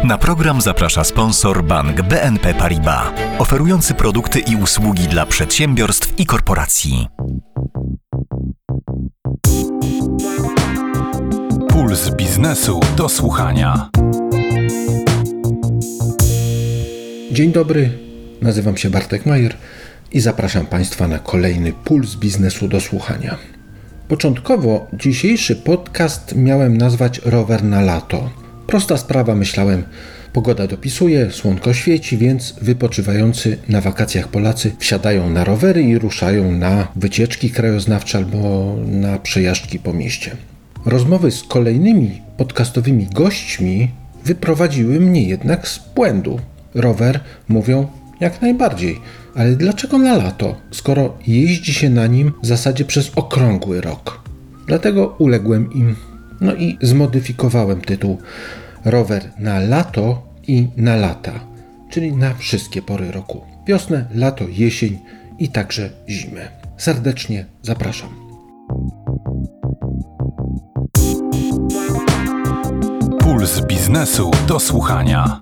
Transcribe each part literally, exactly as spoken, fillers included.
Na program zaprasza sponsor bank B N P Paribas, oferujący produkty i usługi dla przedsiębiorstw i korporacji. Puls biznesu do słuchania. Dzień dobry, nazywam się Bartek Majer i zapraszam Państwa na kolejny Puls biznesu do słuchania. Początkowo dzisiejszy podcast miałem nazwać Rower na lato. Prosta sprawa, myślałem, pogoda dopisuje, słonko świeci, więc wypoczywający na wakacjach Polacy wsiadają na rowery i ruszają na wycieczki krajoznawcze albo na przejażdżki po mieście. Rozmowy z kolejnymi podcastowymi gośćmi wyprowadziły mnie jednak z błędu. Rower, mówią, jak najbardziej, ale dlaczego na lato, skoro jeździ się na nim w zasadzie przez okrągły rok? Dlatego uległem im, no i zmodyfikowałem tytuł Rower na lato i na lata, czyli na wszystkie pory roku. Wiosnę, lato, jesień i także zimę. Serdecznie zapraszam. Puls biznesu do słuchania.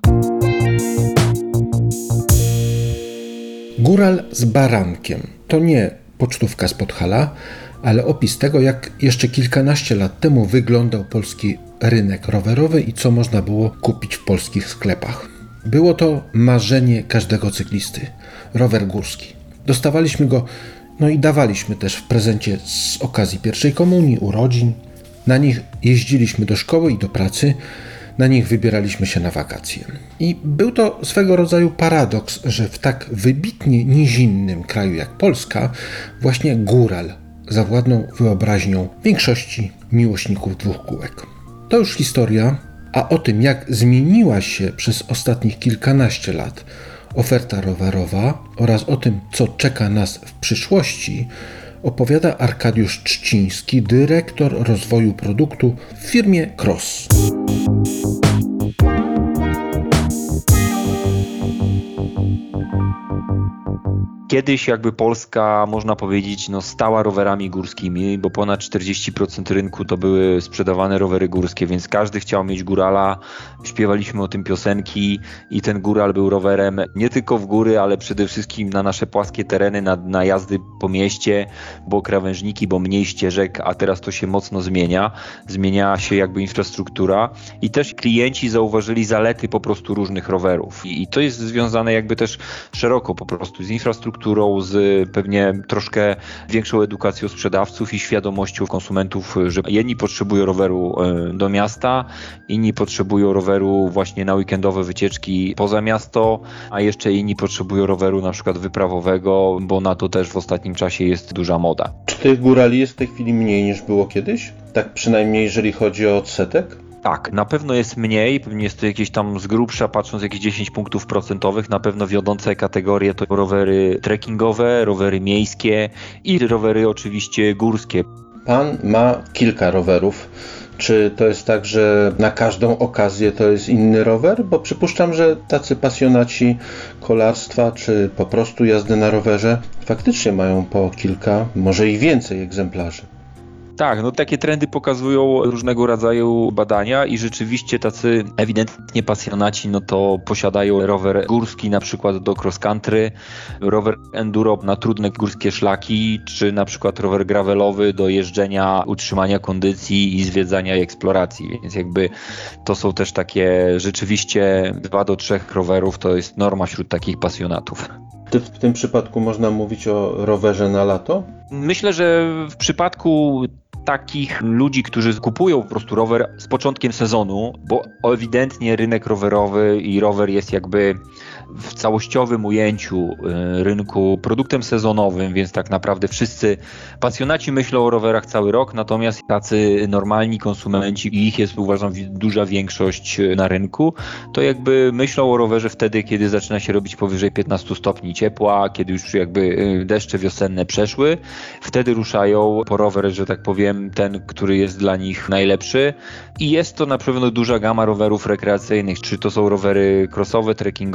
Góral z barankiem to nie pocztówka z Podhala, ale opis tego, jak jeszcze kilkanaście lat temu wyglądał polski rynek rowerowy i co można było kupić w polskich sklepach. Było to marzenie każdego cyklisty. Rower górski. Dostawaliśmy go, no i dawaliśmy też w prezencie z okazji pierwszej komunii, urodzin. Na nich jeździliśmy do szkoły i do pracy. Na nich wybieraliśmy się na wakacje. I był to swego rodzaju paradoks, że w tak wybitnie nizinnym kraju jak Polska właśnie góral zawładnął wyobraźnią większości miłośników dwóch kółek. To już historia, a o tym, jak zmieniła się przez ostatnich kilkanaście lat oferta rowerowa oraz o tym, co czeka nas w przyszłości, opowiada Arkadiusz Trzciński, dyrektor rozwoju produktu w firmie Cross. Kiedyś jakby Polska, można powiedzieć, no stała rowerami górskimi, bo ponad czterdzieści procent rynku to były sprzedawane rowery górskie, więc każdy chciał mieć górala. Śpiewaliśmy o tym piosenki i ten góral był rowerem nie tylko w góry, ale przede wszystkim na nasze płaskie tereny, na, na jazdy po mieście, bo krawężniki, bo mniej ścieżek, a teraz to się mocno zmienia. Zmieniała się jakby infrastruktura i też klienci zauważyli zalety po prostu różnych rowerów. I, i to jest związane jakby też szeroko po prostu z infrastrukturą, z pewnie troszkę większą edukacją sprzedawców i świadomością konsumentów, że jedni potrzebują roweru do miasta, inni potrzebują roweru właśnie na weekendowe wycieczki poza miasto, a jeszcze inni potrzebują roweru na przykład wyprawowego, bo na to też w ostatnim czasie jest duża moda. Czy tych górali jest w tej chwili mniej niż było kiedyś? Tak przynajmniej jeżeli chodzi o odsetek? Tak, na pewno jest mniej, pewnie jest to jakieś tam z grubsza, patrząc jakieś dziesięć punktów procentowych, na pewno wiodące kategorie to rowery trekkingowe, rowery miejskie i rowery oczywiście górskie. Pan ma kilka rowerów. Czy to jest tak, że na każdą okazję to jest inny rower? Bo przypuszczam, że tacy pasjonaci kolarstwa czy po prostu jazdy na rowerze faktycznie mają po kilka, może i więcej egzemplarzy. Tak, no takie trendy pokazują różnego rodzaju badania i rzeczywiście tacy ewidentnie pasjonaci, no to posiadają rower górski na przykład do cross country, rower enduro na trudne górskie szlaki, czy na przykład rower gravelowy do jeżdżenia, utrzymania kondycji i zwiedzania i eksploracji, więc jakby to są też takie rzeczywiście dwa do trzech rowerów, to jest norma wśród takich pasjonatów. Czy w tym przypadku można mówić o rowerze na lato? Myślę, że w przypadku takich ludzi, którzy kupują po prostu rower z początkiem sezonu, bo ewidentnie rynek rowerowy i rower jest jakby w całościowym ujęciu rynku produktem sezonowym, więc tak naprawdę wszyscy pasjonaci myślą o rowerach cały rok, natomiast tacy normalni konsumenci, i ich jest uważam duża większość na rynku, to jakby myślą o rowerze wtedy, kiedy zaczyna się robić powyżej piętnaście stopni ciepła, kiedy już jakby deszcze wiosenne przeszły, wtedy ruszają po rower, że tak powiem, ten, który jest dla nich najlepszy i jest to na pewno duża gama rowerów rekreacyjnych, czy to są rowery crossowe, trekkingowe, czy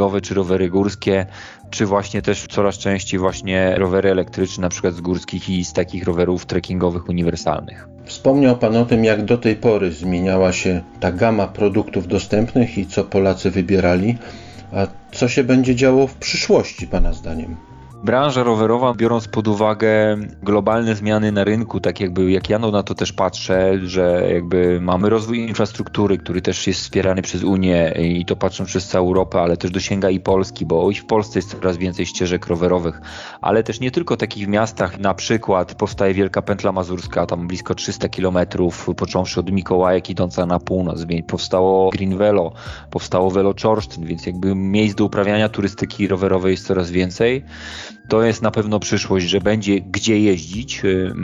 rowery górskie, czy właśnie też coraz częściej właśnie rowery elektryczne, na przykład z górskich i z takich rowerów trekkingowych uniwersalnych. Wspomniał Pan o tym, jak do tej pory zmieniała się ta gama produktów dostępnych i co Polacy wybierali. A co się będzie działo w przyszłości, Pana zdaniem? Branża rowerowa, biorąc pod uwagę globalne zmiany na rynku, tak jakby jak ja no na to też patrzę, że jakby mamy rozwój infrastruktury, który też jest wspierany przez Unię i to patrząc przez całą Europę, ale też dosięga i Polski, bo i w Polsce jest coraz więcej ścieżek rowerowych, ale też nie tylko takich w miastach, na przykład powstaje Wielka Pętla Mazurska, tam blisko trzysta kilometrów, począwszy od Mikołajek idąca na północ, więc powstało Green Velo, powstało Velo Czorsztyn, więc jakby miejsc do uprawiania turystyki rowerowej jest coraz więcej. To jest na pewno przyszłość, że będzie gdzie jeździć,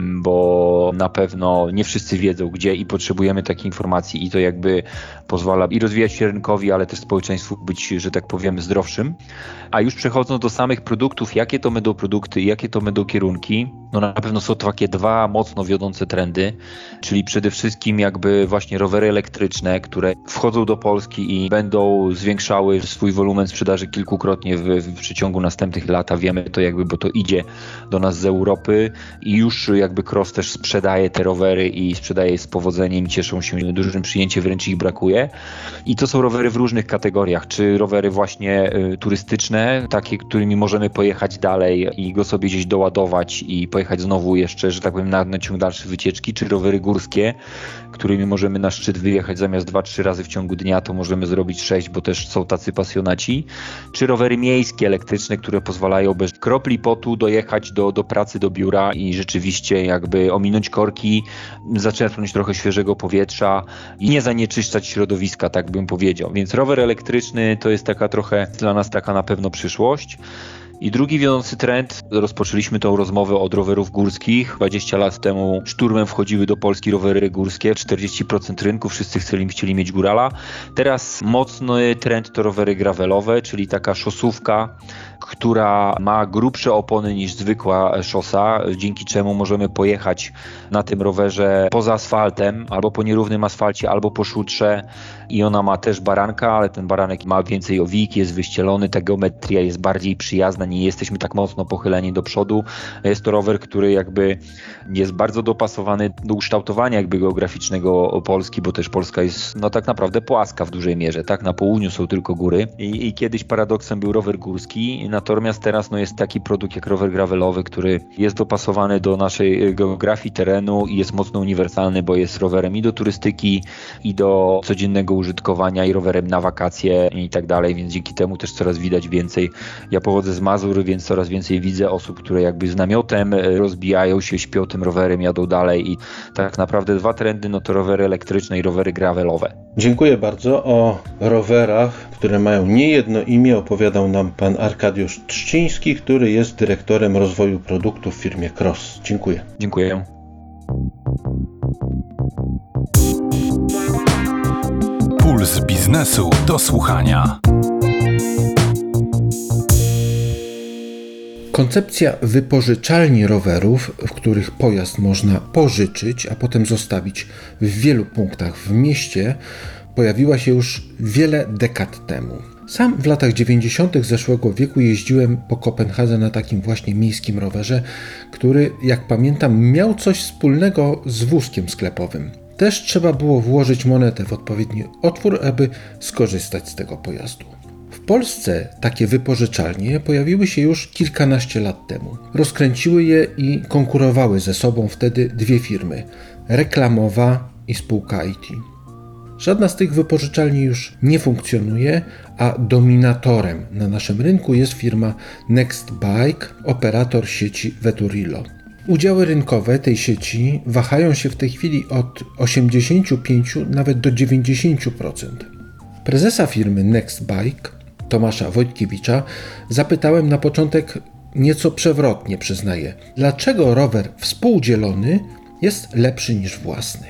bo na pewno nie wszyscy wiedzą gdzie i potrzebujemy takiej informacji i to jakby pozwala i rozwijać się rynkowi, ale też społeczeństwu być, że tak powiem, zdrowszym. A już przechodząc do samych produktów, jakie to będą produkty, jakie to będą kierunki, no na pewno są to takie dwa mocno wiodące trendy, czyli przede wszystkim jakby właśnie rowery elektryczne, które wchodzą do Polski i będą zwiększały swój wolumen sprzedaży kilkukrotnie w, w przeciągu następnych lat, a wiemy to jakby, bo to idzie do nas z Europy i już jakby Cross też sprzedaje te rowery i sprzedaje je z powodzeniem, cieszą się dużym przyjęciem, wręcz ich brakuje. I to są rowery w różnych kategoriach, czy rowery właśnie y, turystyczne, takie, którymi możemy pojechać dalej i go sobie gdzieś doładować i pojechać znowu jeszcze, że tak powiem, na, na ciąg dalszy wycieczki, czy rowery górskie, którymi możemy na szczyt wyjechać zamiast dwa trzy razy w ciągu dnia, to możemy zrobić sześć, bo też są tacy pasjonaci, czy rowery miejskie, elektryczne, które pozwalają bez kropli potu dojechać do, do pracy, do biura i rzeczywiście jakby ominąć korki, zaczerpnąć trochę świeżego powietrza i nie zanieczyszczać środowiska, tak bym powiedział. Więc rower elektryczny to jest taka trochę dla nas taka na pewno przyszłość. I drugi wiodący trend, rozpoczęliśmy tą rozmowę od rowerów górskich. dwadzieścia lat temu szturmem wchodziły do Polski rowery górskie, czterdzieści procent rynku, wszyscy chcieli, chcieli mieć górala. Teraz mocny trend to rowery gravelowe, czyli taka szosówka, która ma grubsze opony niż zwykła szosa, dzięki czemu możemy pojechać na tym rowerze poza asfaltem, albo po nierównym asfalcie, albo po szutrze i ona ma też baranka, ale ten baranek ma więcej owiki, jest wyścielony, ta geometria jest bardziej przyjazna, nie jesteśmy tak mocno pochyleni do przodu. Jest to rower, który jakby jest bardzo dopasowany do ukształtowania jakby geograficznego Polski, bo też Polska jest no tak naprawdę płaska w dużej mierze, tak? Na południu są tylko góry i, i kiedyś paradoksem był rower górski, natomiast teraz no jest taki produkt jak rower gravelowy, który jest dopasowany do naszej geografii, terenu i jest mocno uniwersalny, bo jest rowerem i do turystyki, i do codziennego użytkowania, i rowerem na wakacje i tak dalej, więc dzięki temu też coraz widać więcej. Ja pochodzę z Mazur, więc coraz więcej widzę osób, które jakby z namiotem rozbijają się, śpią tym rowerem, jadą dalej i tak naprawdę dwa trendy, no to rowery elektryczne i rowery gravelowe. Dziękuję bardzo. O rowerach, które mają niejedno imię, opowiadał nam pan Arkadiusz Trzciński, który jest dyrektorem rozwoju produktów w firmie Cross. Dziękuję. Dziękuję. Puls biznesu do słuchania. Koncepcja wypożyczalni rowerów, w których pojazd można pożyczyć, a potem zostawić w wielu punktach w mieście, pojawiła się już wiele dekad temu. Sam w latach dziewięćdziesiątych zeszłego wieku jeździłem po Kopenhadze na takim właśnie miejskim rowerze, który, jak pamiętam, miał coś wspólnego z wózkiem sklepowym. Też trzeba było włożyć monetę w odpowiedni otwór, aby skorzystać z tego pojazdu. W Polsce takie wypożyczalnie pojawiły się już kilkanaście lat temu. Rozkręciły je i konkurowały ze sobą wtedy dwie firmy – Reklamowa i spółka I T. Żadna z tych wypożyczalni już nie funkcjonuje, a dominatorem na naszym rynku jest firma Next Bike, operator sieci Veturillo. Udziały rynkowe tej sieci wahają się w tej chwili od osiemdziesiąt pięć nawet do dziewięćdziesiąt procent. Prezesa firmy Next Bike, Tomasza Wojtkiewicza, zapytałem na początek nieco przewrotnie, przyznaję, dlaczego rower współdzielony jest lepszy niż własny.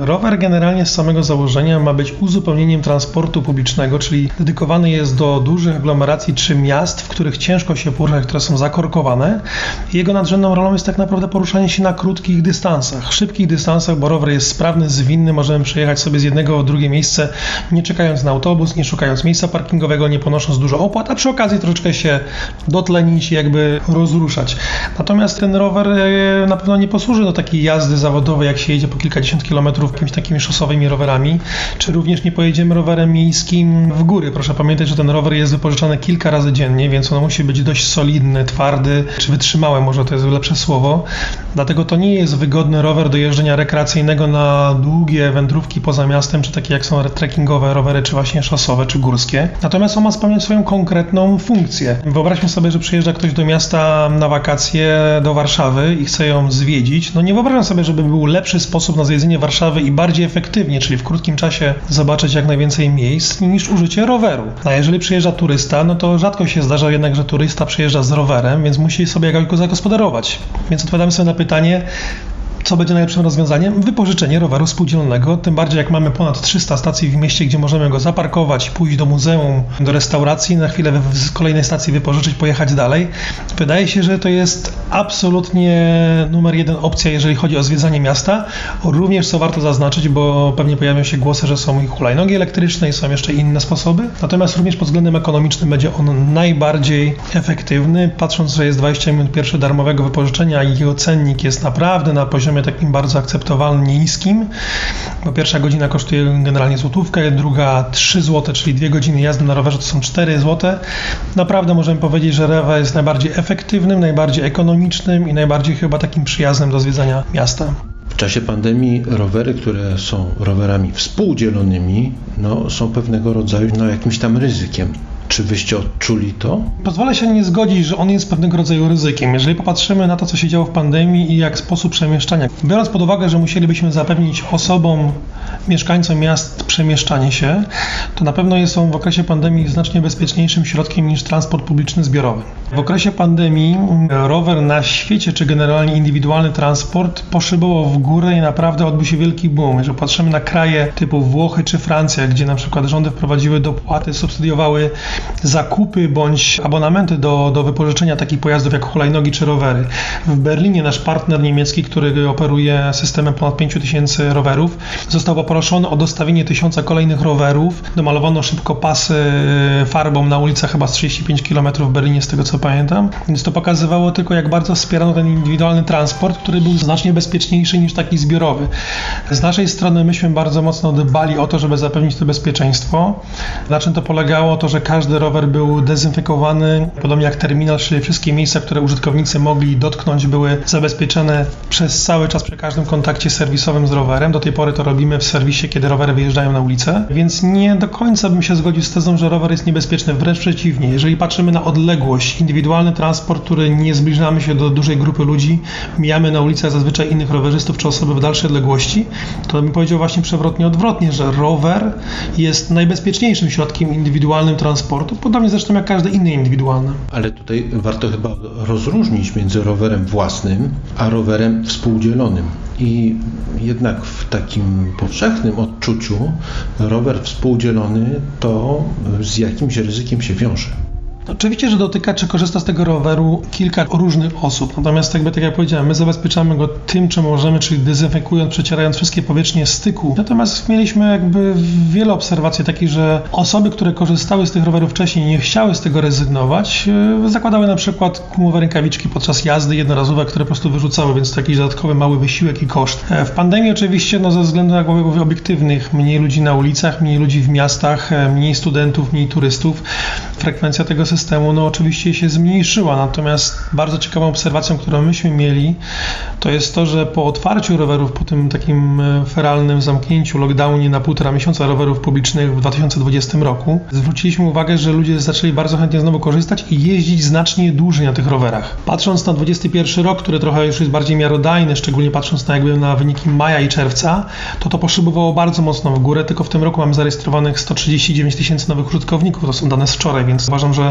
Rower generalnie z samego założenia ma być uzupełnieniem transportu publicznego, czyli dedykowany jest do dużych aglomeracji czy miast, w których ciężko się poruszać, które są zakorkowane. Jego nadrzędną rolą jest tak naprawdę poruszanie się na krótkich dystansach, szybkich dystansach, bo rower jest sprawny, zwinny, możemy przejechać sobie z jednego w drugie miejsce, nie czekając na autobus, nie szukając miejsca parkingowego, nie ponosząc dużo opłat, a przy okazji troszeczkę się dotlenić i jakby rozruszać. Natomiast ten rower na pewno nie posłuży do takiej jazdy zawodowej, jak się jedzie po kilkadziesiąt kilometrów jakimiś takimi szosowymi rowerami, czy również nie pojedziemy rowerem miejskim w góry. Proszę pamiętać, że ten rower jest wypożyczany kilka razy dziennie, więc on musi być dość solidny, twardy, czy wytrzymały, może to jest lepsze słowo. Dlatego to nie jest wygodny rower do jeżdżenia rekreacyjnego na długie wędrówki poza miastem, czy takie jak są trekkingowe rowery, czy właśnie szosowe, czy górskie. Natomiast on ma spełniać swoją konkretną funkcję. Wyobraźmy sobie, że przyjeżdża ktoś do miasta na wakacje do Warszawy i chce ją zwiedzić. No nie wyobrażam sobie, żeby był lepszy sposób na zwiedzenie Warszawy i bardziej efektywnie, czyli w krótkim czasie zobaczyć jak najwięcej miejsc, niż użycie roweru. A jeżeli przyjeżdża turysta, no to rzadko się zdarza jednak, że turysta przyjeżdża z rowerem, więc musi sobie jakoś go zagospodarować. Więc odpowiadamy sobie na pytanie, co będzie najlepszym rozwiązaniem? Wypożyczenie roweru spółdzielnego, tym bardziej jak mamy ponad trzysta stacji w mieście, gdzie możemy go zaparkować, pójść do muzeum, do restauracji, na chwilę w kolejnej stacji wypożyczyć, pojechać dalej. Wydaje się, że to jest absolutnie numer jeden opcja, jeżeli chodzi o zwiedzanie miasta. Również co warto zaznaczyć, bo pewnie pojawią się głosy, że są i hulajnogi elektryczne i są jeszcze inne sposoby. Natomiast również pod względem ekonomicznym będzie on najbardziej efektywny. Patrząc, że jest dwadzieścia minut pierwsze darmowego wypożyczenia i jego cennik jest naprawdę na poziomie takim bardzo akceptowalnym, niskim, bo pierwsza godzina kosztuje generalnie złotówkę, druga trzy złote, czyli dwie godziny jazdy na rowerze to są cztery złote. Naprawdę możemy powiedzieć, że rower jest najbardziej efektywnym, najbardziej ekonomicznym i najbardziej chyba takim przyjaznym do zwiedzania miasta. W czasie pandemii rowery, które są rowerami współdzielonymi, no, są pewnego rodzaju no, jakimś tam ryzykiem. Czy wyście odczuli to? Pozwolę się nie zgodzić, że on jest pewnego rodzaju ryzykiem. Jeżeli popatrzymy na to, co się działo w pandemii i jak sposób przemieszczania, biorąc pod uwagę, że musielibyśmy zapewnić osobom, mieszkańcom miast przemieszczanie się, to na pewno jest on w okresie pandemii znacznie bezpieczniejszym środkiem niż transport publiczny zbiorowy. W okresie pandemii rower na świecie, czy generalnie indywidualny transport poszybował w górę i naprawdę odbył się wielki boom. Jeżeli patrzymy na kraje typu Włochy czy Francja, gdzie na przykład rządy wprowadziły dopłaty, subsydiowały zakupy bądź abonamenty do, do wypożyczenia takich pojazdów jak hulajnogi czy rowery. W Berlinie nasz partner niemiecki, który operuje systemem ponad pięć tysięcy rowerów, został poproszony o dostawienie tysiąca kolejnych rowerów. Domalowano szybko pasy farbą na ulicach chyba z trzydzieści pięć kilometrów w Berlinie, z tego co pamiętam. Więc to pokazywało tylko, jak bardzo wspierano ten indywidualny transport, który był znacznie bezpieczniejszy niż taki zbiorowy. Z naszej strony myśmy bardzo mocno dbali o to, żeby zapewnić to bezpieczeństwo. Na czym to polegało? To, że każdy rower był dezynfekowany, podobnie jak terminal, czyli wszystkie miejsca, które użytkownicy mogli dotknąć, były zabezpieczone przez cały czas przy każdym kontakcie serwisowym z rowerem. Do tej pory to robimy w serwisie, kiedy rowery wyjeżdżają na ulicę, więc nie do końca bym się zgodził z tezą, że rower jest niebezpieczny, wręcz przeciwnie. Jeżeli patrzymy na odległość, indywidualny transport, który nie zbliżamy się do dużej grupy ludzi, mijamy na ulicach zazwyczaj innych rowerzystów czy osoby w dalszej odległości, to bym powiedział właśnie przewrotnie, odwrotnie, że rower jest najbezpieczniejszym środkiem indywidualnym transportu, podobnie zresztą jak każdy inny indywidualny. Ale tutaj warto chyba rozróżnić między rowerem własnym a rowerem współdzielonym. I jednak w takim powszechnym odczuciu rower współdzielony to z jakimś ryzykiem się wiąże. Oczywiście, że dotyka czy korzysta z tego roweru kilka różnych osób, natomiast jakby tak jak powiedziałem, my zabezpieczamy go tym, czym możemy, czyli dezynfekując, przecierając wszystkie powierzchnie styku. Natomiast mieliśmy jakby wiele obserwacji takich, że osoby, które korzystały z tych rowerów wcześniej i nie chciały z tego rezygnować, zakładały na przykład gumowe rękawiczki podczas jazdy jednorazowe, które po prostu wyrzucały, więc to jakiś dodatkowy mały wysiłek i koszt. W pandemii oczywiście, no ze względu na obiektywnych, mniej ludzi na ulicach, mniej ludzi w miastach, mniej studentów, mniej turystów, frekwencja tego systemu no oczywiście się zmniejszyła, natomiast bardzo ciekawą obserwacją, którą myśmy mieli, to jest to, że po otwarciu rowerów, po tym takim feralnym zamknięciu, lockdownie na półtora miesiąca rowerów publicznych w dwa tysiące dwudziestym roku, zwróciliśmy uwagę, że ludzie zaczęli bardzo chętnie znowu korzystać i jeździć znacznie dłużej na tych rowerach. Patrząc na dwudziesty pierwszy rok, który trochę już jest bardziej miarodajny, szczególnie patrząc na jakby na wyniki maja i czerwca, to to poszybowało bardzo mocno w górę, tylko w tym roku mamy zarejestrowanych sto trzydzieści dziewięć tysięcy nowych użytkowników, to są dane z wczoraj, więc uważam, że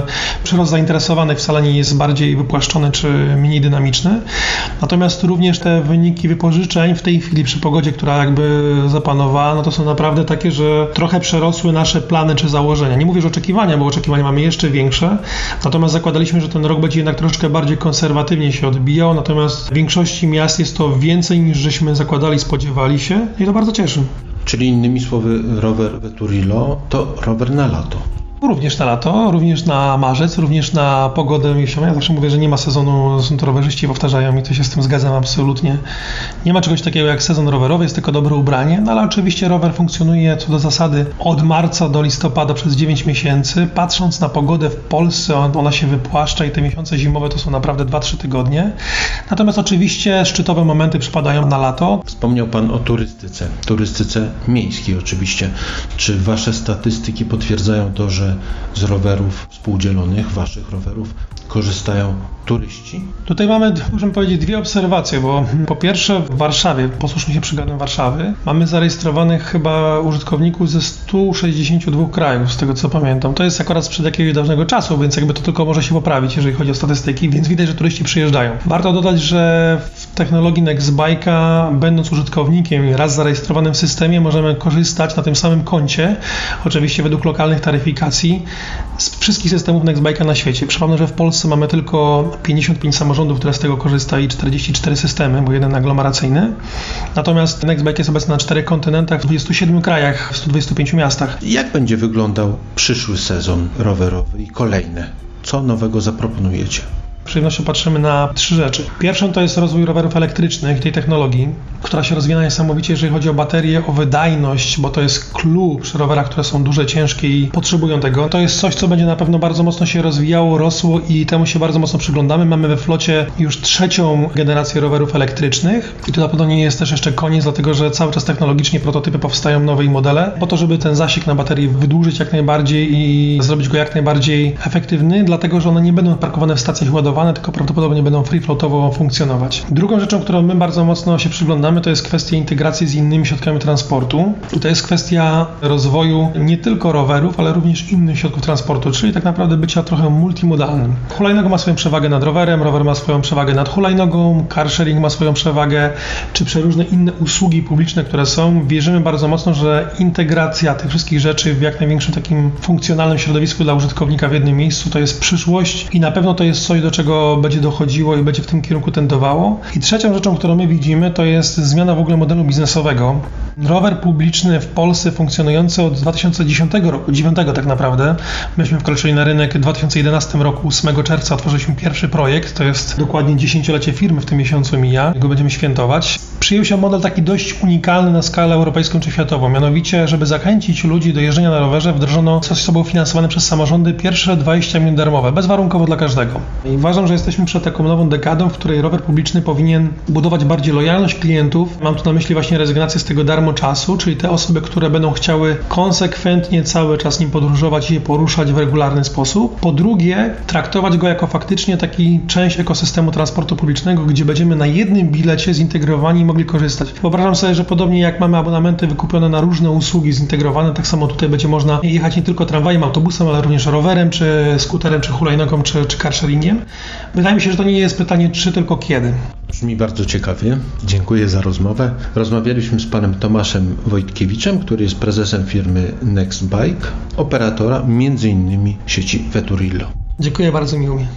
przyrost zainteresowanych wcale nie jest bardziej wypłaszczony czy mniej dynamiczny. Natomiast również te wyniki wypożyczeń w tej chwili przy pogodzie, która jakby zapanowała, no to są naprawdę takie, że trochę przerosły nasze plany czy założenia. Nie mówię, że oczekiwania, bo oczekiwania mamy jeszcze większe, natomiast zakładaliśmy, że ten rok będzie jednak troszeczkę bardziej konserwatywnie się odbijał, natomiast w większości miast jest to więcej niż żeśmy zakładali, spodziewali się i to bardzo cieszy. Czyli innymi słowy, rower Veturillo to rower na lato. Również na lato, również na marzec, również na pogodę jesienną. Ja zawsze mówię, że nie ma sezonu, są to rowerzyści powtarzają i to się z tym zgadzam absolutnie. Nie ma czegoś takiego jak sezon rowerowy, jest tylko dobre ubranie, no ale oczywiście rower funkcjonuje co do zasady od marca do listopada przez dziewięć miesięcy. Patrząc na pogodę w Polsce, ona się wypłaszcza i te miesiące zimowe to są naprawdę dwa trzy tygodnie. Natomiast oczywiście szczytowe momenty przypadają na lato. Wspomniał Pan o turystyce, turystyce miejskiej oczywiście. Czy Wasze statystyki potwierdzają to, że z rowerów współdzielonych, Waszych rowerów, korzystają turyści? Tutaj mamy, możemy powiedzieć, dwie obserwacje, bo po pierwsze w Warszawie, posłuszmy się przykładem Warszawy, mamy zarejestrowanych chyba użytkowników ze stu sześćdziesięciu dwóch krajów, z tego co pamiętam. To jest akurat sprzed jakiegoś dawnego czasu, więc jakby to tylko może się poprawić, jeżeli chodzi o statystyki, więc widać, że turyści przyjeżdżają. Warto dodać, że w technologii Nextbike'a, będąc użytkownikiem i raz zarejestrowanym w systemie, możemy korzystać na tym samym koncie, oczywiście według lokalnych taryfikacji, z wszystkich systemów Nextbike'a na świecie. Przypomnę, że w Polsce mamy tylko pięćdziesiąt pięć samorządów, które z tego korzysta i czterdzieści cztery systemy, bo jeden aglomeracyjny. Natomiast Nextbike jest obecny na czterech kontynentach, w dwudziestu siedmiu krajach, w stu dwudziestu pięciu miastach. Jak będzie wyglądał przyszły sezon rowerowy i kolejne? Co nowego zaproponujecie? Z przyjemnością patrzymy na trzy rzeczy. Pierwszą to jest rozwój rowerów elektrycznych i tej technologii, która się rozwija niesamowicie, jeżeli chodzi o baterie, o wydajność, bo to jest clue przy rowerach, które są duże, ciężkie i potrzebują tego. To jest coś, co będzie na pewno bardzo mocno się rozwijało, rosło i temu się bardzo mocno przyglądamy. Mamy we flocie już trzecią generację rowerów elektrycznych i to na pewno nie jest też jeszcze koniec, dlatego że cały czas technologicznie prototypy powstają, nowe i modele, po to, żeby ten zasięg na baterii wydłużyć jak najbardziej i zrobić go jak najbardziej efektywny, dlatego że one nie będą parkowane w stacjach ładowanych, tylko prawdopodobnie będą free-floatowo funkcjonować. Drugą rzeczą, którą my bardzo mocno się przyglądamy, to jest kwestia integracji z innymi środkami transportu. I to jest kwestia rozwoju nie tylko rowerów, ale również innych środków transportu, czyli tak naprawdę bycia trochę multimodalnym. Hulajnoga ma swoją przewagę nad rowerem, rower ma swoją przewagę nad hulajnogą, carsharing ma swoją przewagę, czy przeróżne inne usługi publiczne, które są. Wierzymy bardzo mocno, że integracja tych wszystkich rzeczy w jak największym takim funkcjonalnym środowisku dla użytkownika w jednym miejscu to jest przyszłość i na pewno to jest coś, do czego będzie dochodziło i będzie w tym kierunku tendowało. I trzecią rzeczą, którą my widzimy, to jest zmiana w ogóle modelu biznesowego. Rower publiczny w Polsce funkcjonujący od dwa tysiące dziesiątego roku, dziewiątego tak naprawdę. Myśmy wkroczyli na rynek w dwa tysiące jedenastym roku, ósmego czerwca otworzyliśmy pierwszy projekt, to jest dokładnie dziesięciolecie firmy w tym miesiącu mija, go będziemy świętować. Przyjął się model taki dość unikalny na skalę europejską czy światową, mianowicie, żeby zachęcić ludzi do jeżdżenia na rowerze, wdrożono coś, co było finansowane przez samorządy, pierwsze dwadzieścia minut darmowe, bezwarunkowo dla każdego. I uważam, że jesteśmy przed taką nową dekadą, w której rower publiczny powinien budować bardziej lojalność klientów. Mam tu na myśli właśnie rezygnację z tego darmo czasu, czyli te osoby, które będą chciały konsekwentnie cały czas nim podróżować i je poruszać w regularny sposób. Po drugie, traktować go jako faktycznie taki część ekosystemu transportu publicznego, gdzie będziemy na jednym bilecie zintegrowani i mogli korzystać. Wyobrażam sobie, że podobnie jak mamy abonamenty wykupione na różne usługi zintegrowane, tak samo tutaj będzie można jechać nie tylko tramwajem, autobusem, ale również rowerem, czy skuterem, czy hulajnogą, czy, czy carsharingiem. Wydaje mi się, że to nie jest pytanie czy, tylko kiedy. Brzmi bardzo ciekawie. Dziękuję za rozmowę. Rozmawialiśmy z panem Tomaszem Wojtkiewiczem, który jest prezesem firmy Nextbike, operatora między innymi sieci Veturillo. Dziękuję bardzo, miło mi.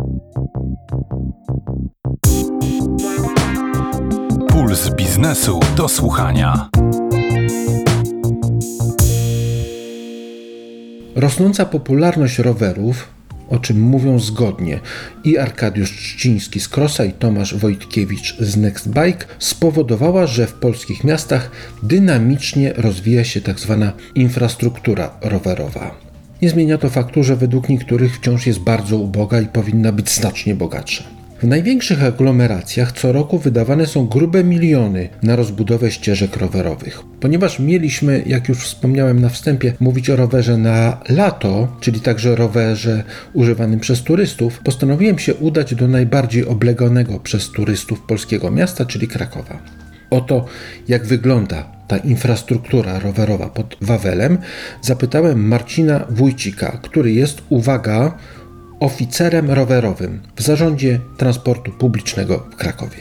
Puls biznesu do słuchania. Rosnąca popularność rowerów, o czym mówią zgodnie i Arkadiusz Trzciński z Crossa i Tomasz Wojtkiewicz z Nextbike, spowodowała, że w polskich miastach dynamicznie rozwija się tzw. infrastruktura rowerowa. Nie zmienia to faktu, że według niektórych wciąż jest bardzo uboga i powinna być znacznie bogatsza. W największych aglomeracjach co roku wydawane są grube miliony na rozbudowę ścieżek rowerowych. Ponieważ mieliśmy, jak już wspomniałem na wstępie, mówić o rowerze na lato, czyli także rowerze używanym przez turystów, postanowiłem się udać do najbardziej obleganego przez turystów polskiego miasta, czyli Krakowa. Oto jak wygląda ta infrastruktura rowerowa pod Wawelem, zapytałem Marcina Wójcika, który jest, uwaga, oficerem rowerowym w Zarządzie Transportu Publicznego w Krakowie.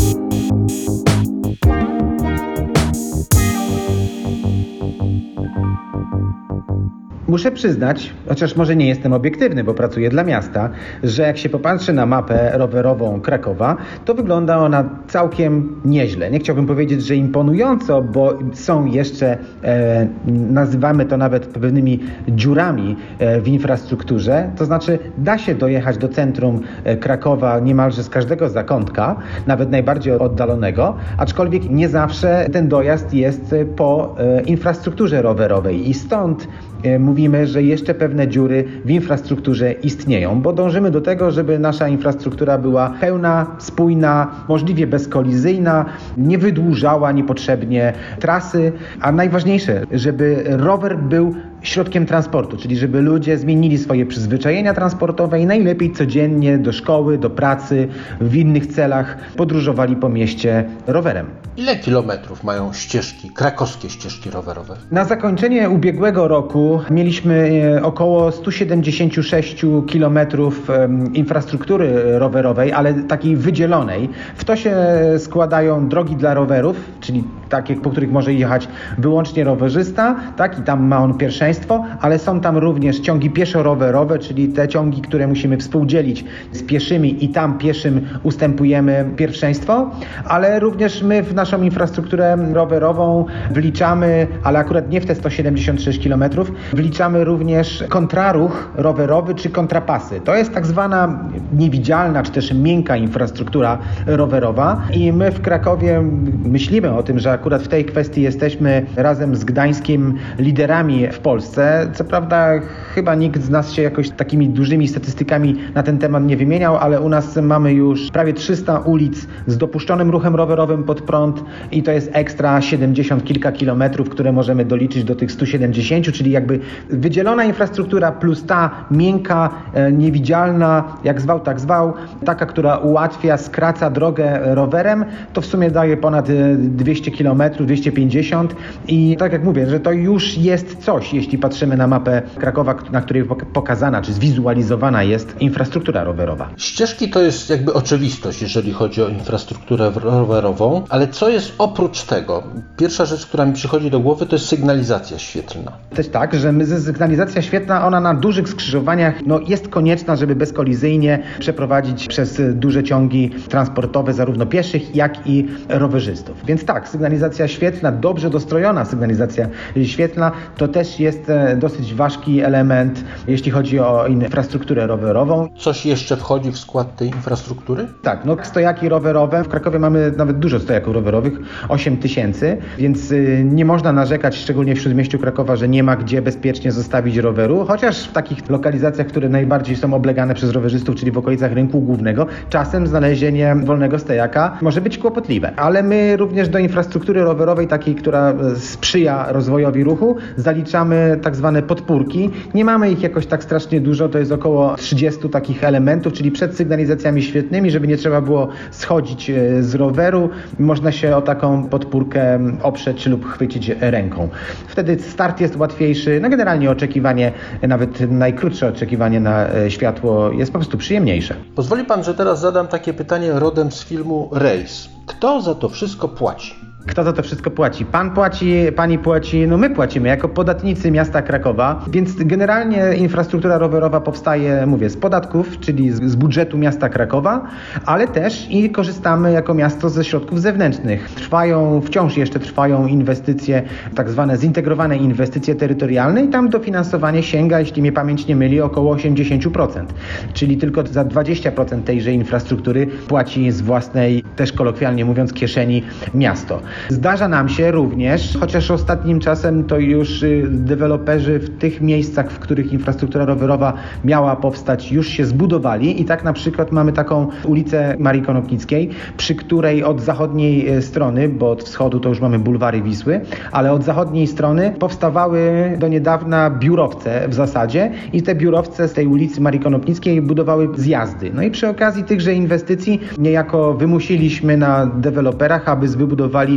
Muszę przyznać, chociaż może nie jestem obiektywny, bo pracuję dla miasta, że jak się popatrzy na mapę rowerową Krakowa, to wygląda ona całkiem nieźle. Nie chciałbym powiedzieć, że imponująco, bo są jeszcze, e, nazywamy to nawet pewnymi dziurami e, w infrastrukturze. To znaczy da się dojechać do centrum Krakowa niemalże z każdego zakątka, nawet najbardziej oddalonego, aczkolwiek nie zawsze ten dojazd jest po e, infrastrukturze rowerowej i stąd e, mówimy, że jeszcze pewne dziury w infrastrukturze istnieją, bo dążymy do tego, żeby nasza infrastruktura była pełna, spójna, możliwie bezkolizyjna, nie wydłużała niepotrzebnie trasy, a najważniejsze, żeby rower był środkiem transportu, czyli żeby ludzie zmienili swoje przyzwyczajenia transportowe i najlepiej codziennie do szkoły, do pracy, w innych celach podróżowali po mieście rowerem. Ile kilometrów mają ścieżki, krakowskie ścieżki rowerowe? Na zakończenie ubiegłego roku mieliśmy około sto siedemdziesiąt sześć kilometrów infrastruktury rowerowej, ale takiej wydzielonej. W to się składają drogi dla rowerów, czyli takie, po których może jechać wyłącznie rowerzysta, tak, i tam ma on pierwszeństwo, ale są tam również ciągi pieszo-rowerowe, czyli te ciągi, które musimy współdzielić z pieszymi i tam pieszym ustępujemy pierwszeństwo, ale również my w naszą infrastrukturę rowerową wliczamy, ale akurat nie w te sto siedemdziesiąt sześć kilometrów, wliczamy również kontraruch rowerowy czy kontrapasy. To jest tak zwana niewidzialna czy też miękka infrastruktura rowerowa i my w Krakowie myślimy o tym, że akurat w tej kwestii jesteśmy razem z Gdańskiem liderami w Polsce. Co prawda chyba nikt z nas się jakoś takimi dużymi statystykami na ten temat nie wymieniał, ale u nas mamy już prawie trzysta ulic z dopuszczonym ruchem rowerowym pod prąd i to jest ekstra siedemdziesiąt kilka kilometrów, które możemy doliczyć do tych stu siedemdziesięciu, czyli jakby wydzielona infrastruktura plus ta miękka, niewidzialna, jak zwał, tak zwał, taka, która ułatwia, skraca drogę rowerem, to w sumie daje ponad dwieście kilometrów, dwieście pięćdziesiąt i tak jak mówię, że to już jest coś, jeśli patrzymy na mapę Krakowa, na której pokazana czy zwizualizowana jest infrastruktura rowerowa. Ścieżki to jest jakby oczywistość, jeżeli chodzi o infrastrukturę rowerową, ale co jest oprócz tego? Pierwsza rzecz, która mi przychodzi do głowy, to jest sygnalizacja świetlna. Też tak, że my, sygnalizacja świetlna, ona na dużych skrzyżowaniach no, jest konieczna, żeby bezkolizyjnie przeprowadzić przez duże ciągi transportowe zarówno pieszych, jak i rowerzystów. Więc tak, sygnalizacja świetlna, dobrze dostrojona sygnalizacja świetlna, to też jest dosyć ważki element, jeśli chodzi o infrastrukturę rowerową. Coś jeszcze wchodzi w skład tej infrastruktury? Tak, no stojaki rowerowe. W Krakowie mamy nawet dużo stojaków rowerowych, osiem tysięcy, więc nie można narzekać, szczególnie w śródmieściu Krakowa, że nie ma gdzie bezpiecznie zostawić roweru, chociaż w takich lokalizacjach, które najbardziej są oblegane przez rowerzystów, czyli w okolicach Rynku Głównego, czasem znalezienie wolnego stojaka może być kłopotliwe. Ale my również do infrastruktury rowerowej, takiej, która sprzyja rozwojowi ruchu, zaliczamy tak zwane podpórki. Nie mamy ich jakoś tak strasznie dużo, to jest około trzydziestu takich elementów, czyli przed sygnalizacjami świetnymi, żeby nie trzeba było schodzić z roweru, można się o taką podpórkę oprzeć lub chwycić ręką. Wtedy start jest łatwiejszy, no generalnie oczekiwanie, nawet najkrótsze oczekiwanie na światło jest po prostu przyjemniejsze. Pozwoli pan, że teraz zadam takie pytanie rodem z filmu Race. Kto za to wszystko płaci? Kto za to wszystko płaci? Pan płaci, pani płaci, no my płacimy jako podatnicy miasta Krakowa, więc generalnie infrastruktura rowerowa powstaje, mówię, z podatków, czyli z, z budżetu miasta Krakowa, ale też i korzystamy jako miasto ze środków zewnętrznych. Trwają, wciąż jeszcze trwają inwestycje, tak zwane zintegrowane inwestycje terytorialne i tam dofinansowanie sięga, jeśli mnie pamięć nie myli, około osiemdziesiąt procent, czyli tylko za dwadzieścia procent tejże infrastruktury płaci z własnej, też kolokwialnie mówiąc, kieszeni miasto. Zdarza nam się również, chociaż ostatnim czasem to już deweloperzy w tych miejscach, w których infrastruktura rowerowa miała powstać, już się zbudowali i tak na przykład mamy taką ulicę Marii Konopnickiej, przy której od zachodniej strony, bo od wschodu to już mamy bulwary Wisły, ale od zachodniej strony powstawały do niedawna biurowce w zasadzie i te biurowce z tej ulicy Marii Konopnickiej budowały zjazdy. No i przy okazji tychże inwestycji niejako wymusiliśmy na deweloperach, aby wybudowali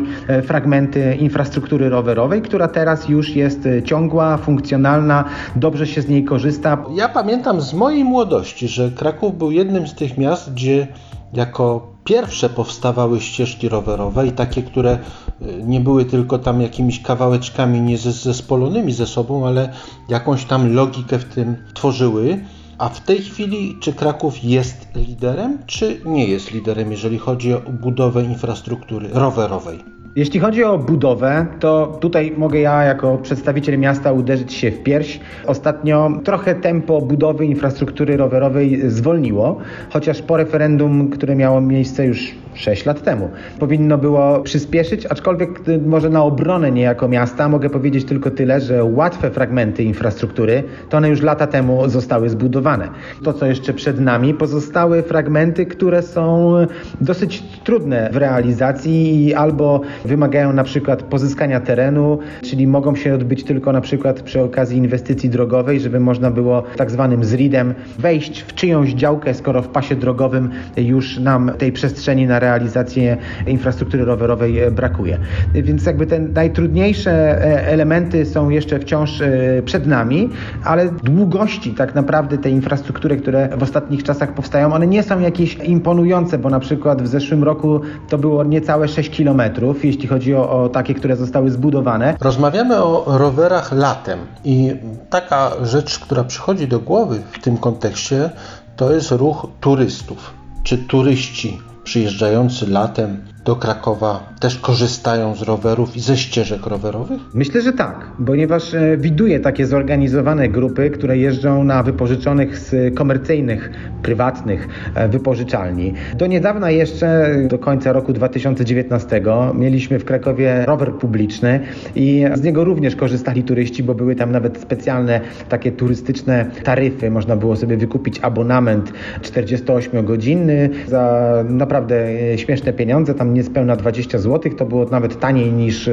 budowali fragmenty infrastruktury rowerowej, która teraz już jest ciągła, funkcjonalna, dobrze się z niej korzysta. Ja pamiętam z mojej młodości, że Kraków był jednym z tych miast, gdzie jako pierwsze powstawały ścieżki rowerowe i takie, które nie były tylko tam jakimiś kawałeczkami nie zespolonymi ze sobą, ale jakąś tam logikę w tym tworzyły. A w tej chwili czy Kraków jest liderem, czy nie jest liderem, jeżeli chodzi o budowę infrastruktury rowerowej? Jeśli chodzi o budowę, to tutaj mogę ja jako przedstawiciel miasta uderzyć się w pierś. Ostatnio trochę tempo budowy infrastruktury rowerowej zwolniło, chociaż po referendum, które miało miejsce już sześć lat temu, powinno było przyspieszyć, aczkolwiek może na obronę niejako miasta mogę powiedzieć tylko tyle, że łatwe fragmenty infrastruktury, to one już lata temu zostały zbudowane. To, co jeszcze przed nami, pozostały fragmenty, które są dosyć trudne w realizacji i albo wymagają na przykład pozyskania terenu, czyli mogą się odbyć tylko na przykład przy okazji inwestycji drogowej, żeby można było tak zwanym zridem wejść w czyjąś działkę, skoro w pasie drogowym już nam tej przestrzeni na realizację infrastruktury rowerowej brakuje. Więc jakby te najtrudniejsze elementy są jeszcze wciąż przed nami, ale długości tak naprawdę tej infrastruktury, które w ostatnich czasach powstają, one nie są jakieś imponujące, bo na przykład w zeszłym roku to było niecałe sześć kilometrów, jeśli chodzi o, o takie, które zostały zbudowane. Rozmawiamy o rowerach latem i taka rzecz, która przychodzi do głowy w tym kontekście, to jest ruch turystów. Czy turyści przyjeżdżający latem do Krakowa też korzystają z rowerów i ze ścieżek rowerowych? Myślę, że tak, ponieważ widuję takie zorganizowane grupy, które jeżdżą na wypożyczonych z komercyjnych, prywatnych wypożyczalni. Do niedawna jeszcze, do końca roku dwa tysiące dziewiętnastego, mieliśmy w Krakowie rower publiczny i z niego również korzystali turyści, bo były tam nawet specjalne takie turystyczne taryfy. Można było sobie wykupić abonament czterdziestoośmiogodzinny za naprawdę śmieszne pieniądze, tam niespełna dwadzieścia złotych, to było nawet taniej niż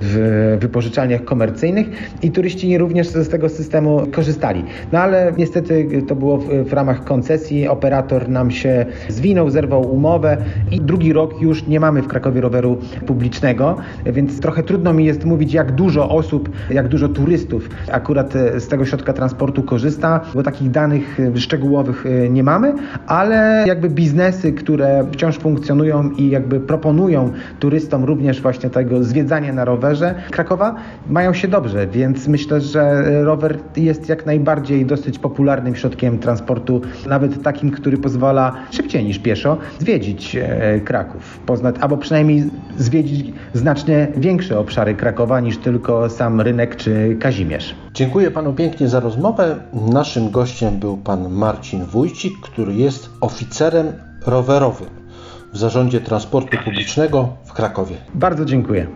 w wypożyczalniach komercyjnych i turyści również z tego systemu korzystali. No ale niestety to było w, w ramach koncesji, operator nam się zwinął, zerwał umowę i drugi rok już nie mamy w Krakowie roweru publicznego, więc trochę trudno mi jest mówić, jak dużo osób, jak dużo turystów akurat z tego środka transportu korzysta, bo takich danych szczegółowych nie mamy, ale jakby biznesy, które wciąż funkcjonują i jakby proponują turystom również właśnie tego zwiedzania na rowerze Krakowa, mają się dobrze, więc myślę, że rower jest jak najbardziej dosyć popularnym środkiem transportu, nawet takim, który pozwala szybciej niż pieszo zwiedzić Kraków, poznać, albo przynajmniej zwiedzić znacznie większe obszary Krakowa niż tylko sam rynek czy Kazimierz. Dziękuję panu pięknie za rozmowę. Naszym gościem był pan Marcin Wójcik, który jest oficerem rowerowym w Zarządzie Transportu Publicznego w Krakowie. Bardzo dziękuję.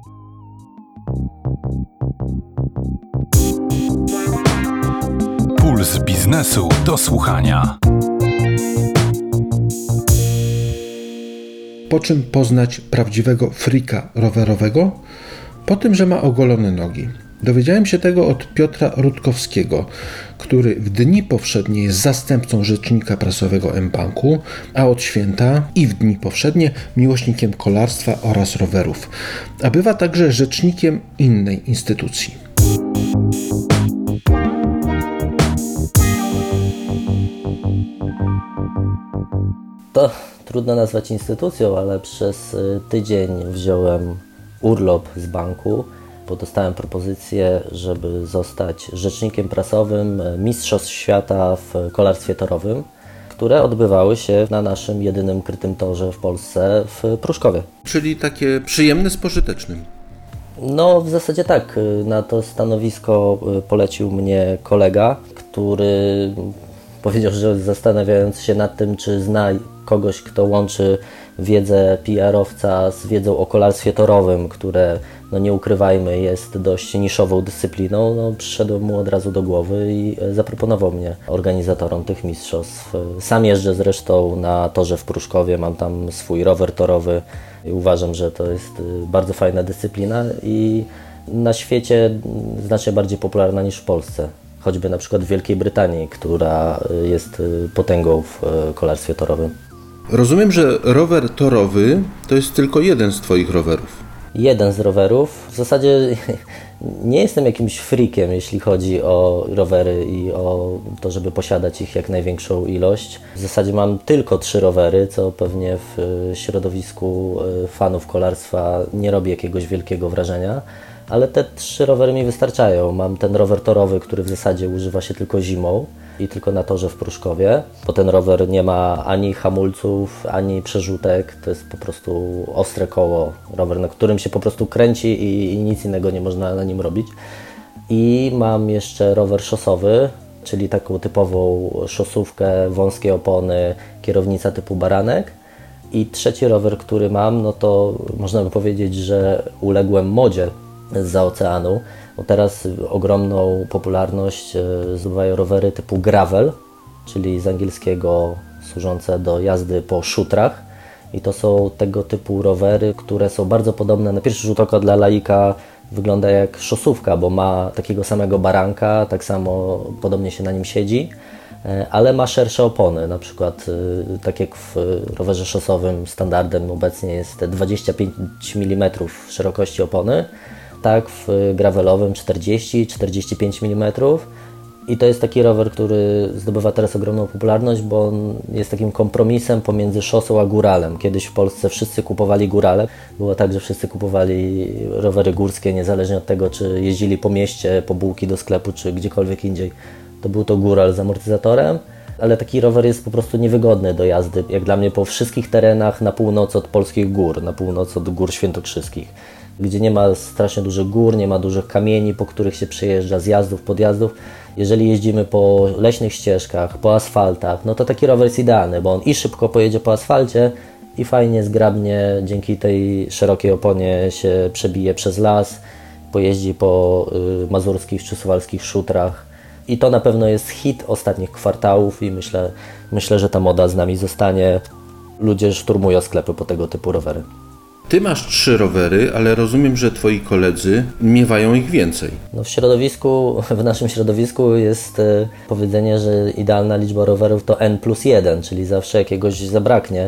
Puls biznesu do słuchania. Po czym poznać prawdziwego frika rowerowego? Po tym, że ma ogolone nogi. Dowiedziałem się tego od Piotra Rutkowskiego, który w dni powszednie jest zastępcą rzecznika prasowego mBanku, a od święta i w dni powszednie miłośnikiem kolarstwa oraz rowerów, a bywa także rzecznikiem innej instytucji. To trudno nazwać instytucją, ale przez tydzień wziąłem urlop z banku, bo dostałem propozycję, żeby zostać rzecznikiem prasowym Mistrzostw Świata w kolarstwie torowym, które odbywały się na naszym jedynym krytym torze w Polsce w Pruszkowie. Czyli takie przyjemne z pożytecznym. No w zasadzie tak. Na to stanowisko polecił mnie kolega, który powiedział, że zastanawiając się nad tym, czy zna kogoś, kto łączy wiedzę P R-owca z wiedzą o kolarstwie torowym, które, no nie ukrywajmy, jest dość niszową dyscypliną, no przyszedłem mu od razu do głowy i zaproponował mnie organizatorom tych mistrzostw. Sam jeżdżę zresztą na torze w Pruszkowie, mam tam swój rower torowy i uważam, że to jest bardzo fajna dyscyplina i na świecie znacznie bardziej popularna niż w Polsce. Choćby na przykład w Wielkiej Brytanii, która jest potęgą w kolarstwie torowym. Rozumiem, że rower torowy to jest tylko jeden z Twoich rowerów. jeden z rowerów. W zasadzie nie jestem jakimś freakiem, jeśli chodzi o rowery i o to, żeby posiadać ich jak największą ilość. W zasadzie mam tylko trzy rowery, co pewnie w środowisku fanów kolarstwa nie robi jakiegoś wielkiego wrażenia, ale te trzy rowery mi wystarczają. Mam ten rower torowy, który w zasadzie używa się tylko zimą i tylko na torze w Pruszkowie, bo ten rower nie ma ani hamulców, ani przerzutek, to jest po prostu ostre koło, rower, na którym się po prostu kręci i, i nic innego nie można na nim robić. I mam jeszcze rower szosowy, czyli taką typową szosówkę, wąskie opony, kierownica typu baranek. I trzeci rower, który mam, no to można by powiedzieć, że uległem modzie zza oceanu, bo teraz ogromną popularność zdobywają rowery typu gravel, czyli z angielskiego służące do jazdy po szutrach. I to są tego typu rowery, które są bardzo podobne, na pierwszy rzut oka dla laika wygląda jak szosówka, bo ma takiego samego baranka, tak samo podobnie się na nim siedzi, ale ma szersze opony, na przykład tak jak w rowerze szosowym standardem obecnie jest dwadzieścia pięć milimetrów szerokości opony, tak w gravelowym czterdzieści do czterdziestu pięciu milimetrów. I to jest taki rower, który zdobywa teraz ogromną popularność, bo on jest takim kompromisem pomiędzy szosą a góralem. Kiedyś w Polsce wszyscy kupowali górale. Było tak, że wszyscy kupowali rowery górskie, niezależnie od tego, czy jeździli po mieście, po bułki do sklepu, czy gdziekolwiek indziej. To był to góral z amortyzatorem, ale taki rower jest po prostu niewygodny do jazdy, jak dla mnie, po wszystkich terenach na północ od polskich gór, na północ od gór świętokrzyskich, gdzie nie ma strasznie dużych gór, nie ma dużych kamieni, po których się przejeżdża, zjazdów, podjazdów. Jeżeli jeździmy po leśnych ścieżkach, po asfaltach, no to taki rower jest idealny, bo on i szybko pojedzie po asfalcie, i fajnie, zgrabnie, dzięki tej szerokiej oponie się przebije przez las, pojeździ po y, mazurskich czy suwalskich szutrach. I to na pewno jest hit ostatnich kwartałów i myślę, myślę, że ta moda z nami zostanie. Ludzie szturmują sklepy po tego typu rowery. Ty masz trzy rowery, ale rozumiem, że twoi koledzy miewają ich więcej. No w środowisku, w naszym środowisku jest e, powiedzenie, że idealna liczba rowerów to N plus jeden, czyli zawsze jakiegoś zabraknie.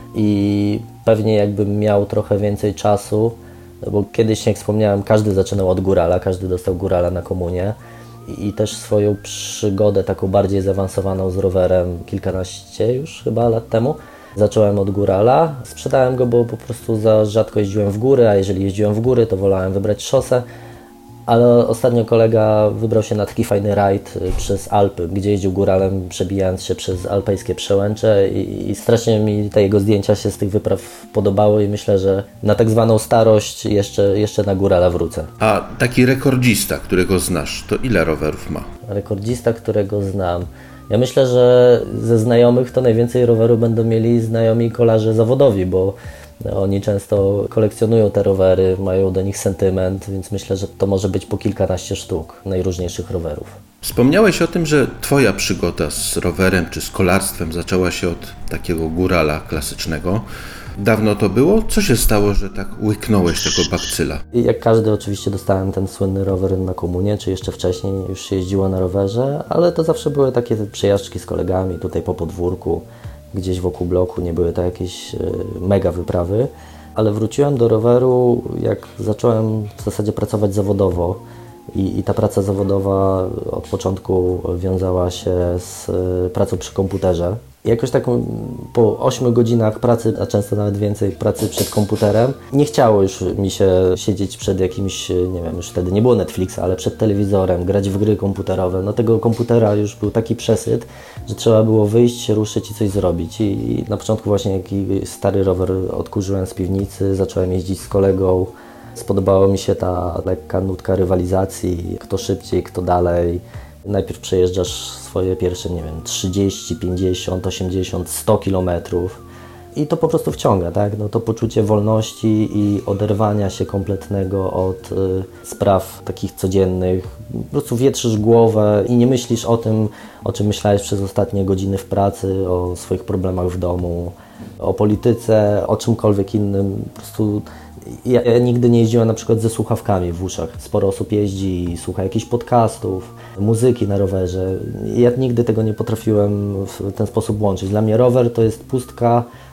I pewnie jakbym miał trochę więcej czasu, bo kiedyś, jak wspomniałem, każdy zaczynał od górala, każdy dostał górala na komunię. I, i też swoją przygodę taką bardziej zaawansowaną z rowerem kilkanaście już chyba lat temu. Zacząłem od górala, sprzedałem go, bo po prostu za rzadko jeździłem w góry, a jeżeli jeździłem w góry, to wolałem wybrać szosę. Ale ostatnio kolega wybrał się na taki fajny rajd przez Alpy, gdzie jeździł góralem, przebijając się przez alpejskie przełęcze i, i strasznie mi te jego zdjęcia się z tych wypraw podobały i myślę, że na tak zwaną starość jeszcze, jeszcze na górala wrócę. A taki rekordzista, którego znasz, to ile rowerów ma? Rekordzista, którego znam. Ja myślę, że ze znajomych to najwięcej rowerów będą mieli znajomi kolarze zawodowi, bo oni często kolekcjonują te rowery, mają do nich sentyment, więc myślę, że to może być po kilkanaście sztuk najróżniejszych rowerów. Wspomniałeś o tym, że twoja przygoda z rowerem czy z kolarstwem zaczęła się od takiego górala klasycznego. Dawno to było? Co się stało, że tak łyknąłeś tego bakcyla? I jak każdy oczywiście dostałem ten słynny rower na komunię, czy jeszcze wcześniej już się jeździło na rowerze, ale to zawsze były takie przejażdżki z kolegami tutaj po podwórku, gdzieś wokół bloku, nie były to jakieś mega wyprawy, ale wróciłem do roweru, jak zacząłem w zasadzie pracować zawodowo i, i ta praca zawodowa od początku wiązała się z pracą przy komputerze. Jakoś tak po ośmiu godzinach pracy, a często nawet więcej pracy przed komputerem, nie chciało już mi się siedzieć przed jakimś, nie wiem, już wtedy nie było Netflixa, ale przed telewizorem, grać w gry komputerowe. No tego komputera już był taki przesyt, że trzeba było wyjść, ruszyć i coś zrobić. I na początku właśnie jakiś stary rower odkurzyłem z piwnicy, zacząłem jeździć z kolegą. Spodobało mi się ta lekka nutka rywalizacji, kto szybciej, kto dalej. Najpierw przejeżdżasz swoje pierwsze, nie wiem, trzydzieści, pięćdziesiąt, osiemdziesiąt, sto kilometrów i to po prostu wciąga, tak? No to poczucie wolności i oderwania się kompletnego od y, spraw takich codziennych. Po prostu wietrzysz głowę i nie myślisz o tym, o czym myślałeś przez ostatnie godziny w pracy, o swoich problemach w domu, o polityce, o czymkolwiek innym. Po prostu ja, ja nigdy nie jeździłem na przykład ze słuchawkami w uszach. Sporo osób jeździ i słucha jakichś podcastów, muzyki na rowerze. Ja nigdy tego nie potrafiłem w ten sposób łączyć. Dla mnie rower to jest pustka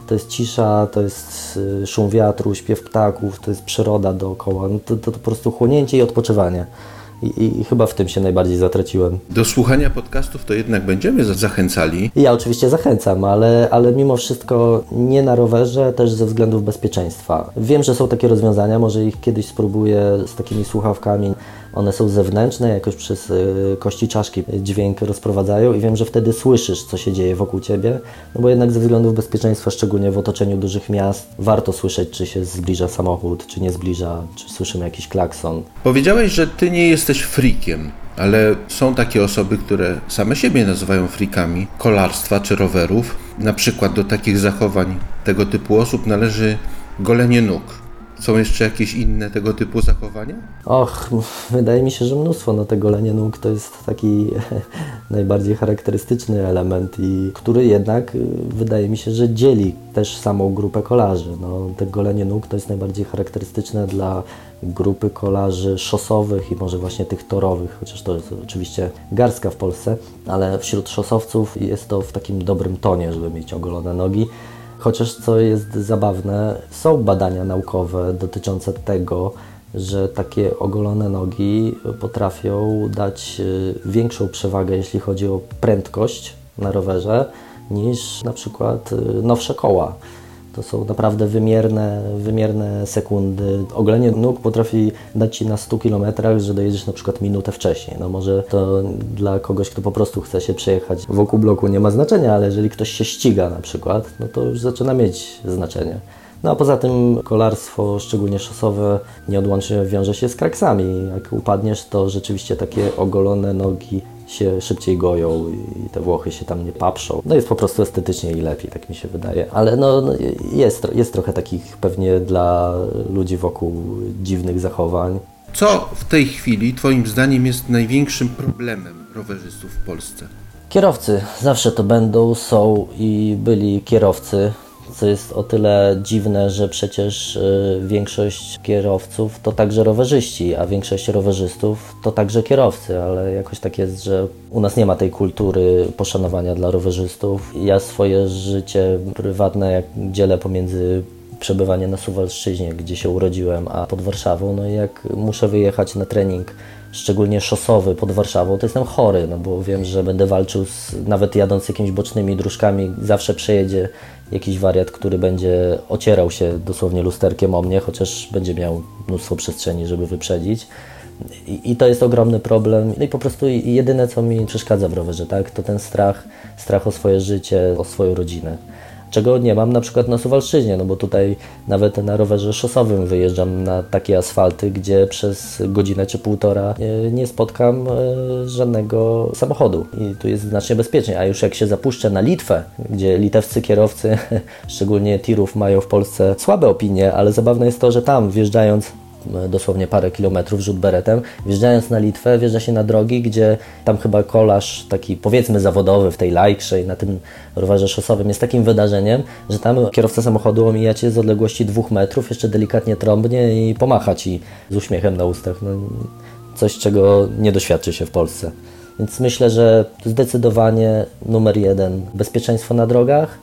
To jest cisza, to jest szum wiatru, śpiew ptaków, to jest przyroda dookoła. No to, to, to po prostu chłonięcie i odpoczywanie. I, i, I chyba w tym się najbardziej zatraciłem. Do słuchania podcastów to jednak będziemy zachęcali. Ja oczywiście zachęcam, ale, ale mimo wszystko nie na rowerze, też ze względów bezpieczeństwa. Wiem, że są takie rozwiązania, może ich kiedyś spróbuję z takimi słuchawkami. One są zewnętrzne, jakoś przez y, kości czaszki dźwięk rozprowadzają i wiem, że wtedy słyszysz, co się dzieje wokół Ciebie, no bo jednak ze względów bezpieczeństwa, szczególnie w otoczeniu dużych miast, warto słyszeć, czy się zbliża samochód, czy nie zbliża, czy słyszymy jakiś klakson. Powiedziałeś, że Ty nie jesteś freakiem, ale są takie osoby, które same siebie nazywają freakami kolarstwa czy rowerów. Na przykład do takich zachowań tego typu osób należy golenie nóg. Są jeszcze jakieś inne tego typu zachowania? Och, wydaje mi się, że mnóstwo. No, te golenie nóg to jest taki najbardziej charakterystyczny element, i który jednak wydaje mi się, że dzieli też samą grupę kolarzy. No, te golenie nóg to jest najbardziej charakterystyczne dla grupy kolarzy szosowych i może właśnie tych torowych, chociaż to jest oczywiście garstka w Polsce, ale wśród szosowców jest to w takim dobrym tonie, żeby mieć ogolone nogi. Chociaż co jest zabawne, są badania naukowe dotyczące tego, że takie ogolone nogi potrafią dać większą przewagę, jeśli chodzi o prędkość na rowerze, niż na przykład nowsze koła. To są naprawdę wymierne, wymierne sekundy. Ogolenie nóg potrafi dać Ci na stu kilometrach, że dojedziesz na przykład minutę wcześniej. No może to dla kogoś, kto po prostu chce się przejechać wokół bloku, nie ma znaczenia, ale jeżeli ktoś się ściga na przykład, no to już zaczyna mieć znaczenie. No a poza tym kolarstwo, szczególnie szosowe, nieodłącznie wiąże się z kraksami. Jak upadniesz, to rzeczywiście takie ogolone nogi się szybciej goją i te Włochy się tam nie paprzą. No jest po prostu estetycznie i lepiej, tak mi się wydaje. Ale no, no jest, jest trochę takich pewnie dla ludzi wokół dziwnych zachowań. Co w tej chwili Twoim zdaniem jest największym problemem rowerzystów w Polsce? Kierowcy. Zawsze to będą, są i byli kierowcy. Co jest o tyle dziwne, że przecież y, większość kierowców to także rowerzyści, a większość rowerzystów to także kierowcy, ale jakoś tak jest, że u nas nie ma tej kultury poszanowania dla rowerzystów. Ja swoje życie prywatne jak dzielę pomiędzy przebywanie na Suwalszczyźnie, gdzie się urodziłem, a pod Warszawą, no i jak muszę wyjechać na trening, szczególnie szosowy pod Warszawą, to jestem chory, no bo wiem, że będę walczył z, nawet jadąc jakimiś bocznymi dróżkami, zawsze przejedzie jakiś wariat, który będzie ocierał się dosłownie lusterkiem o mnie, chociaż będzie miał mnóstwo przestrzeni, żeby wyprzedzić. I, i to jest ogromny problem. No i po prostu jedyne, co mi przeszkadza w rowerze, tak, to ten strach, strach o swoje życie, o swoją rodzinę. Czego nie mam na przykład na Suwalszczyźnie, no bo tutaj nawet na rowerze szosowym wyjeżdżam na takie asfalty, gdzie przez godzinę czy półtora nie, nie spotkam e, żadnego samochodu i tu jest znacznie bezpieczniej, a już jak się zapuszczę na Litwę, gdzie litewscy kierowcy, szczególnie tirów, mają w Polsce słabe opinie, ale zabawne jest to, że tam wjeżdżając dosłownie parę kilometrów rzut beretem, wjeżdżając na Litwę, wjeżdża się na drogi, gdzie tam chyba kolarz taki powiedzmy zawodowy w tej Lajkrze i na tym rowerze szosowym jest takim wydarzeniem, że tam kierowca samochodu omija Cię z odległości dwóch metrów, jeszcze delikatnie trąbnie i pomacha Ci z uśmiechem na ustach. No, coś, czego nie doświadczy się w Polsce. Więc myślę, że zdecydowanie numer jeden bezpieczeństwo na drogach,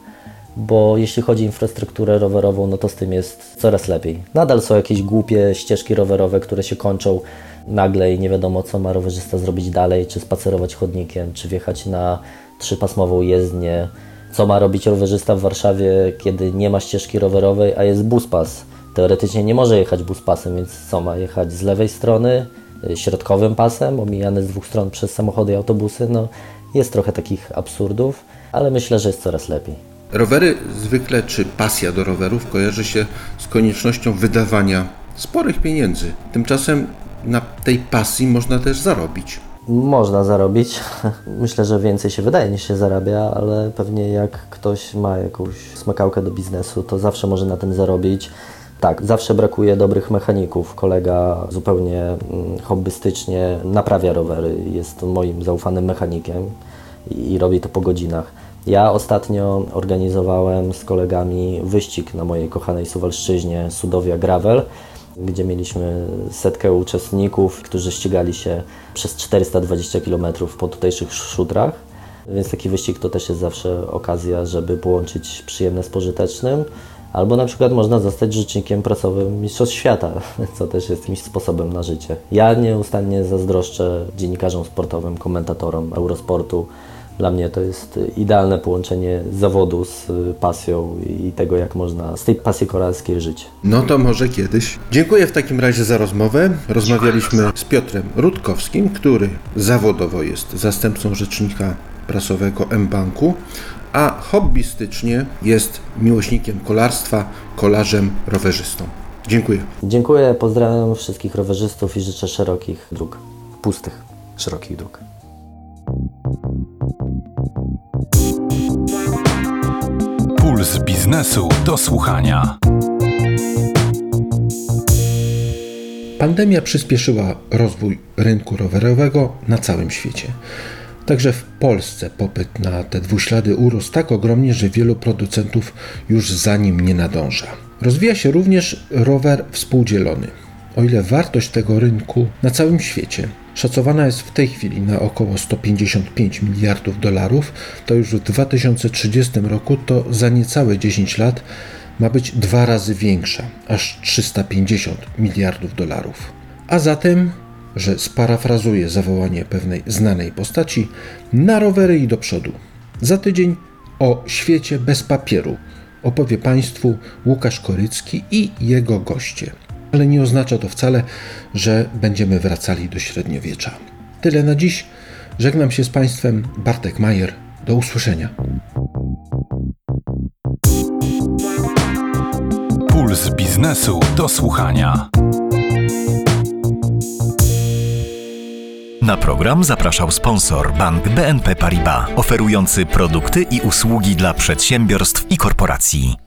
bo jeśli chodzi o infrastrukturę rowerową, no to z tym jest coraz lepiej. Nadal są jakieś głupie ścieżki rowerowe, które się kończą nagle i nie wiadomo, co ma rowerzysta zrobić dalej, czy spacerować chodnikiem, czy wjechać na trzypasmową jezdnię. Co ma robić rowerzysta w Warszawie, kiedy nie ma ścieżki rowerowej, a jest buspas. Teoretycznie nie może jechać buspasem, więc co ma jechać z lewej strony, środkowym pasem, omijany z dwóch stron przez samochody i autobusy. No, jest trochę takich absurdów, ale myślę, że jest coraz lepiej. Rowery zwykle, czy pasja do rowerów kojarzy się z koniecznością wydawania sporych pieniędzy. Tymczasem na tej pasji można też zarobić. Można zarobić. Myślę, że więcej się wydaje niż się zarabia, ale pewnie jak ktoś ma jakąś smykałkę do biznesu, to zawsze może na tym zarobić. Tak, zawsze brakuje dobrych mechaników. Kolega zupełnie hobbystycznie naprawia rowery. Jest moim zaufanym mechanikiem i, i robi to po godzinach. Ja ostatnio organizowałem z kolegami wyścig na mojej kochanej Suwalszczyźnie, Sudowia Gravel, gdzie mieliśmy setkę uczestników, którzy ścigali się przez czterysta dwadzieścia kilometrów po tutejszych szutrach. Więc taki wyścig to też jest zawsze okazja, żeby połączyć przyjemne z pożytecznym. Albo na przykład można zostać rzecznikiem prasowym Mistrzostw Świata, co też jest jakimś sposobem na życie. Ja nieustannie zazdroszczę dziennikarzom sportowym, komentatorom Eurosportu. Dla mnie to jest idealne połączenie zawodu z pasją i tego, jak można z tej pasji kolarskiej żyć. No to może kiedyś. Dziękuję w takim razie za rozmowę. Rozmawialiśmy z Piotrem Rutkowskim, który zawodowo jest zastępcą rzecznika prasowego mBanku, a hobbystycznie jest miłośnikiem kolarstwa, kolarzem, rowerzystą. Dziękuję. Dziękuję, pozdrawiam wszystkich rowerzystów i życzę szerokich dróg, pustych, szerokich dróg. Puls biznesu do słuchania. Pandemia przyspieszyła rozwój rynku rowerowego na całym świecie. Także w Polsce popyt na te dwuślady urósł tak ogromnie, że wielu producentów już za nim nie nadąża. Rozwija się również rower współdzielony. O ile wartość tego rynku na całym świecie szacowana jest w tej chwili na około sto pięćdziesiąt pięć miliardów dolarów, to już w dwa tysiące trzydziestym roku to za niecałe dziesięć lat ma być dwa razy większa, aż trzysta pięćdziesiąt miliardów dolarów. A zatem, że sparafrazuję zawołanie pewnej znanej postaci, na rowery i do przodu. Za tydzień o świecie bez papieru opowie Państwu Łukasz Korycki i jego goście. Ale nie oznacza to wcale, że będziemy wracali do średniowiecza. Tyle na dziś. Żegnam się z Państwem. Bartek Majer. Do usłyszenia. Puls biznesu do słuchania. Na program zapraszał sponsor Bank B N P Paribas, oferujący produkty i usługi dla przedsiębiorstw i korporacji.